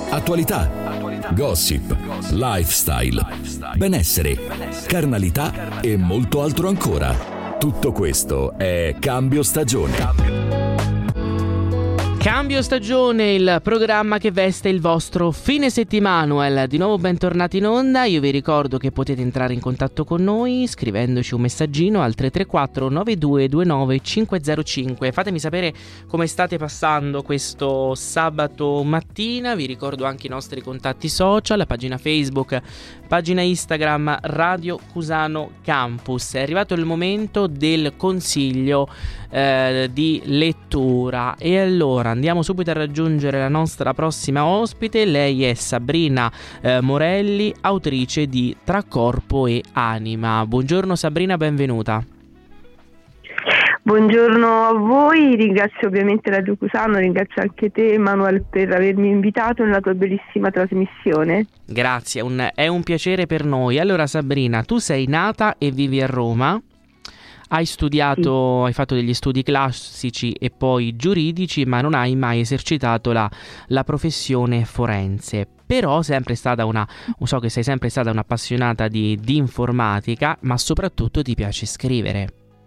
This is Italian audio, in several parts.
Attualità, gossip, lifestyle, benessere, carnalità e molto altro ancora. Tutto questo è Cambio Stagione. Cambio Stagione, il programma che veste il vostro fine settimana. Di nuovo bentornati in onda. Io vi ricordo che potete entrare in contatto con noi scrivendoci un messaggino al 334 9229 505. Fatemi sapere come state passando questo sabato mattina. Vi ricordo anche i nostri contatti social, la pagina Facebook, pagina Instagram Radio Cusano Campus. È arrivato il momento del consiglio di lettura e allora andiamo subito a raggiungere la nostra prossima ospite. Lei è Sabrina Morelli, autrice di Tra corpo e anima. Buongiorno Sabrina, benvenuta. Buongiorno a voi, ringrazio ovviamente Radio Cusano, ringrazio anche te Manuel per avermi invitato nella tua bellissima trasmissione. Grazie, è un piacere per noi. Allora Sabrina, tu sei nata e vivi a Roma. Hai studiato, Hai fatto degli studi classici e poi giuridici, ma non hai mai esercitato la professione forense. Però sempre stata so che sei sempre stata un'appassionata di informatica, ma soprattutto ti piace scrivere.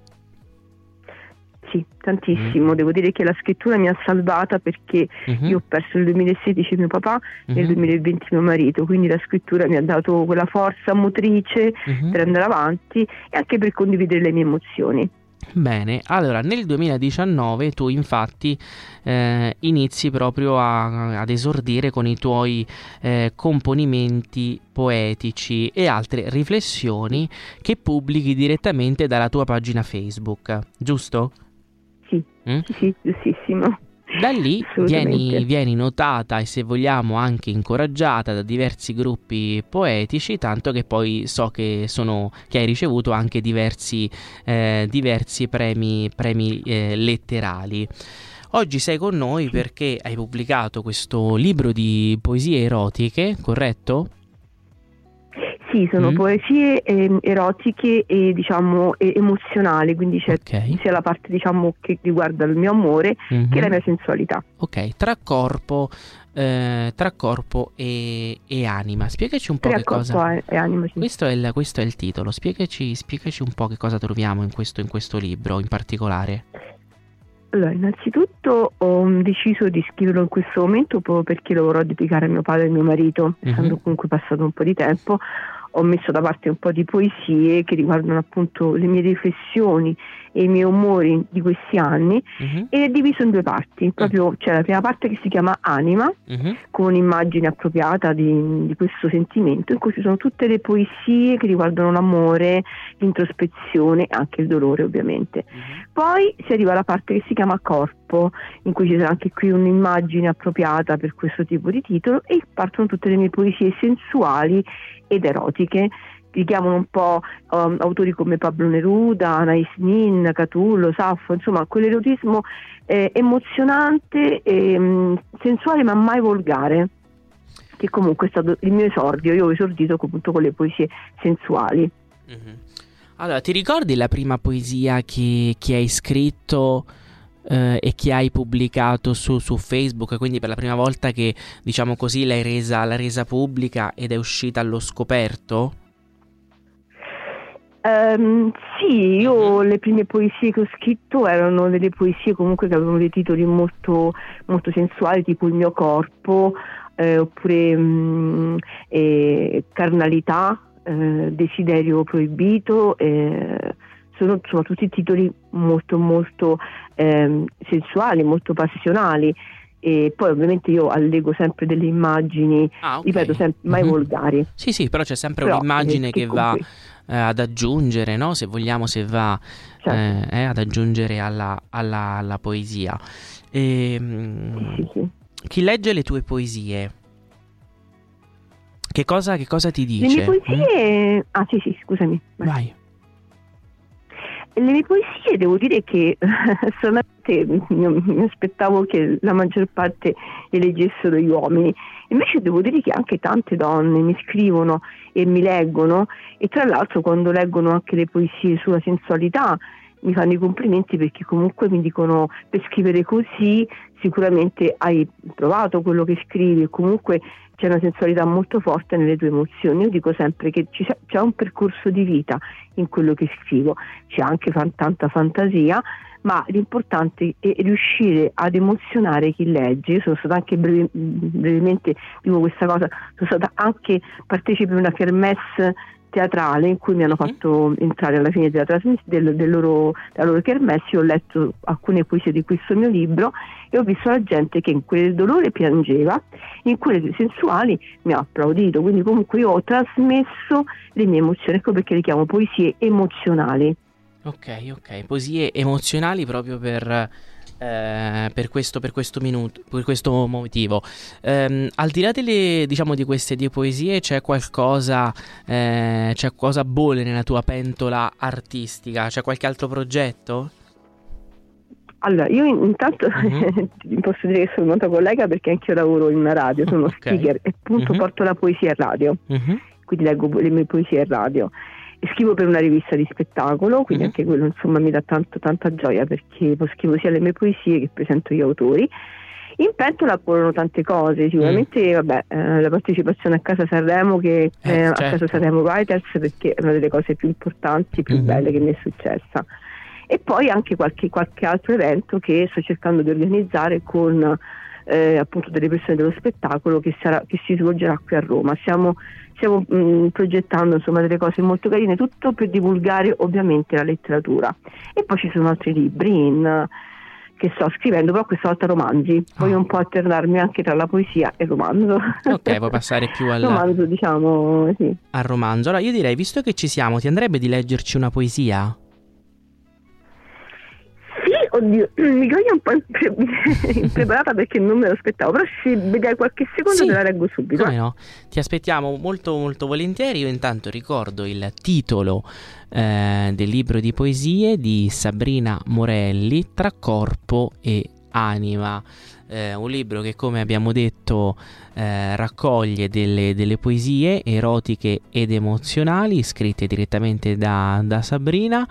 Sì, tantissimo. Devo dire che la scrittura mi ha salvata perché io ho perso nel 2016 mio papà, nel 2020 mio marito, quindi la scrittura mi ha dato quella forza motrice per andare avanti e anche per condividere le mie emozioni. Bene, allora nel 2019 tu infatti inizi proprio ad esordire con i tuoi componimenti poetici e altre riflessioni che pubblichi direttamente dalla tua pagina Facebook, giusto? Sì, giustissimo. Da lì vieni notata e se vogliamo anche incoraggiata da diversi gruppi poetici, tanto che poi so che hai ricevuto anche diversi premi letterali. Oggi sei con noi perché hai pubblicato questo libro di poesie erotiche, corretto? Sì, sono poesie erotiche e diciamo emozionali, quindi c'è sia la parte diciamo che riguarda il mio amore che la mia sensualità. Ok, tra corpo e anima. Spiegaci un po' che cosa. Tra corpo e anima. Sì. Questo è il titolo. Spiegaci un po' che cosa troviamo in questo libro in particolare. Allora, innanzitutto ho deciso di scriverlo in questo momento proprio perché lo vorrò dedicare a mio padre e mio marito, essendo comunque passato un po' di tempo. Ho messo da parte un po' di poesie che riguardano appunto le mie riflessioni e i miei umori di questi anni e è diviso in due parti. Proprio c'è la prima parte che si chiama Anima, con un'immagine appropriata di questo sentimento, in cui ci sono tutte le poesie che riguardano l'amore, l'introspezione e anche il dolore ovviamente. Poi si arriva alla parte che si chiama Corpo, in cui ci sarà anche qui un'immagine appropriata per questo tipo di titolo e partono tutte le mie poesie sensuali ed erotiche. Richiamano un po' autori come Pablo Neruda, Anais Nin, Catullo, Saffo, insomma quell'erotismo emozionante, sensuale ma mai volgare, che comunque è stato il mio esordio. Io ho esordito appunto con le poesie sensuali. Allora, ti ricordi la prima poesia che hai scritto e che hai pubblicato su Facebook, quindi per la prima volta che diciamo così l'hai resa pubblica ed è uscita allo scoperto? Sì, io le prime poesie che ho scritto erano delle poesie comunque che avevano dei titoli molto, molto sensuali, tipo Il mio corpo, oppure Carnalità, Desiderio proibito. Sono tutti titoli molto molto sensuali, molto passionali. E poi ovviamente io allego sempre delle immagini, ripeto sempre, mai volgari. Sì, però c'è sempre un'immagine che va ad aggiungere, no? Se vogliamo, va ad aggiungere alla poesia. Sì. Chi legge le tue poesie? Che cosa ti dice? Le mie poesie... sì, scusami. Vai. Le mie poesie devo dire che solamente mi aspettavo che la maggior parte le leggessero gli uomini, invece devo dire che anche tante donne mi scrivono e mi leggono, e tra l'altro quando leggono anche le poesie sulla sensualità mi fanno i complimenti, perché comunque mi dicono: per scrivere così sicuramente hai provato quello che scrivi, e comunque c'è una sensualità molto forte nelle tue emozioni. Io dico sempre che c'è un percorso di vita in quello che scrivo, c'è anche tanta fantasia, ma l'importante è riuscire ad emozionare chi legge. Io sono stata anche brevemente, dico questa cosa, sono stata anche partecipe di una kermesse teatrale in cui mi hanno fatto entrare alla fine della loro kermesse. Io ho letto alcune poesie di questo mio libro e ho visto la gente che in quelle del dolore piangeva, in quelle sensuali mi ha applaudito, quindi comunque io ho trasmesso le mie emozioni, ecco perché le chiamo poesie emozionali. Ok, poesie emozionali proprio per questo motivo. Al di là delle, diciamo, di queste 2 poesie, c'è cosa bolle nella tua pentola artistica? C'è qualche altro progetto? Allora, io intanto posso dire che sono una tua collega, perché anche io lavoro in una radio, sono speaker e appunto porto la poesia in radio, quindi leggo le mie poesie in radio. Scrivo per una rivista di spettacolo, quindi anche quello insomma mi dà tanta gioia, perché scrivo sia le mie poesie che presento gli autori. In pentola corrono tante cose, sicuramente la partecipazione a Casa Sanremo, che a Casa Sanremo Writers, perché è una delle cose più importanti, più belle che mi è successa, e poi anche qualche altro evento che sto cercando di organizzare con appunto delle persone dello spettacolo, che si svolgerà qui a Roma. Stiamo progettando insomma delle cose molto carine, tutto per divulgare ovviamente la letteratura. E poi ci sono altri libri che sto scrivendo, però questa volta romanzi. Voglio un po' alternarmi anche tra la poesia e il romanzo. Ok, vuoi passare più al romanzo, diciamo, sì. Al romanzo. Allora io direi, visto che ci siamo, ti andrebbe di leggerci una poesia? Oddio, mi coglie un po' impreparata perché non me lo aspettavo, però se vedrai qualche secondo te la leggo subito. Come no? Ti aspettiamo molto molto volentieri. Io intanto ricordo il titolo del libro di poesie di Sabrina Morelli, Tra corpo e anima. Un libro che, come abbiamo detto, raccoglie delle poesie erotiche ed emozionali scritte direttamente da Sabrina,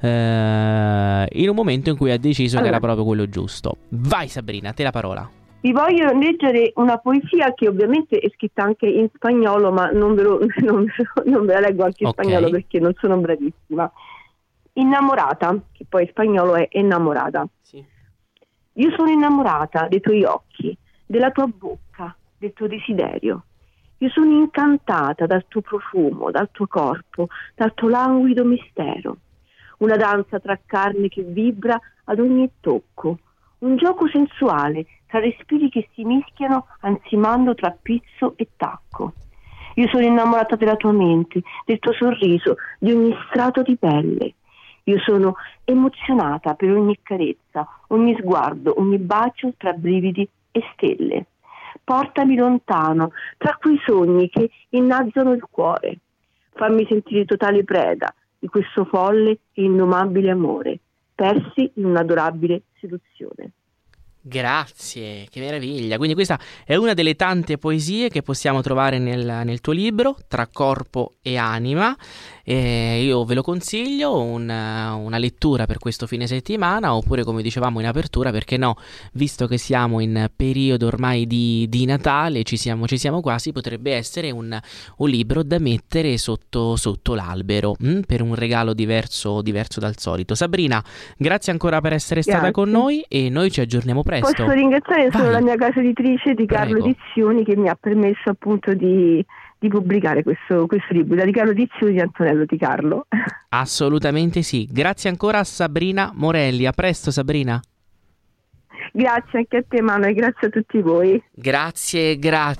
in un momento in cui ha deciso che era proprio quello giusto. Vai Sabrina, te la parola. Vi voglio leggere una poesia che ovviamente è scritta anche in spagnolo, ma non ve la leggo anche in spagnolo perché non sono bravissima. Innamorata, che poi in spagnolo è innamorata. Sì. Io sono innamorata dei tuoi occhi, della tua bocca, del tuo desiderio. Io sono incantata dal tuo profumo, dal tuo corpo, dal tuo languido mistero. Una danza tra carne che vibra ad ogni tocco. Un gioco sensuale tra respiri che si mischiano ansimando tra pizzo e tacco. Io sono innamorata della tua mente, del tuo sorriso, di ogni strato di pelle. Io sono emozionata per ogni carezza, ogni sguardo, ogni bacio tra brividi e stelle. Portami lontano, tra quei sogni che innazzano il cuore. Fammi sentire totale preda di questo folle e indomabile amore, persi in un'adorabile seduzione. Grazie, che meraviglia. Quindi questa è una delle tante poesie che possiamo trovare nel tuo libro, Tra corpo e anima. Io ve lo consiglio, una lettura per questo fine settimana, oppure, come dicevamo in apertura, perché no, visto che siamo in periodo ormai di Natale, ci siamo quasi, potrebbe essere un libro da mettere sotto l'albero, per un regalo diverso dal solito. Sabrina, grazie ancora per essere stata con noi, e noi ci aggiorniamo presto. Posso ringraziare solo la mia casa editrice di Carlo Edizioni, che mi ha permesso appunto di pubblicare questo libro, da Carlo Edizioni di Antonello Di Carlo. Assolutamente sì. Grazie ancora a Sabrina Morelli. A presto Sabrina. Grazie anche a te Manu, e grazie a tutti voi. Grazie.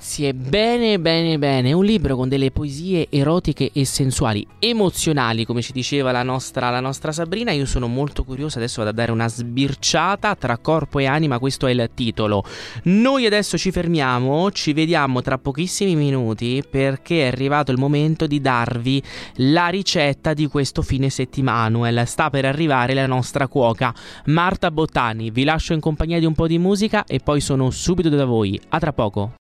Bene. Un libro con delle poesie erotiche e sensuali, emozionali, come ci diceva la nostra Sabrina. Io sono molto curiosa, adesso vado a dare una sbirciata. Tra corpo e anima, questo è il titolo. Noi adesso ci fermiamo, ci vediamo tra pochissimi minuti, perché è arrivato il momento di darvi la ricetta di questo fine settimana. Sta per arrivare la nostra cuoca Marta Bottani. Vi lascio in compagnia di un po' di musica e poi sono subito da voi. A tra poco.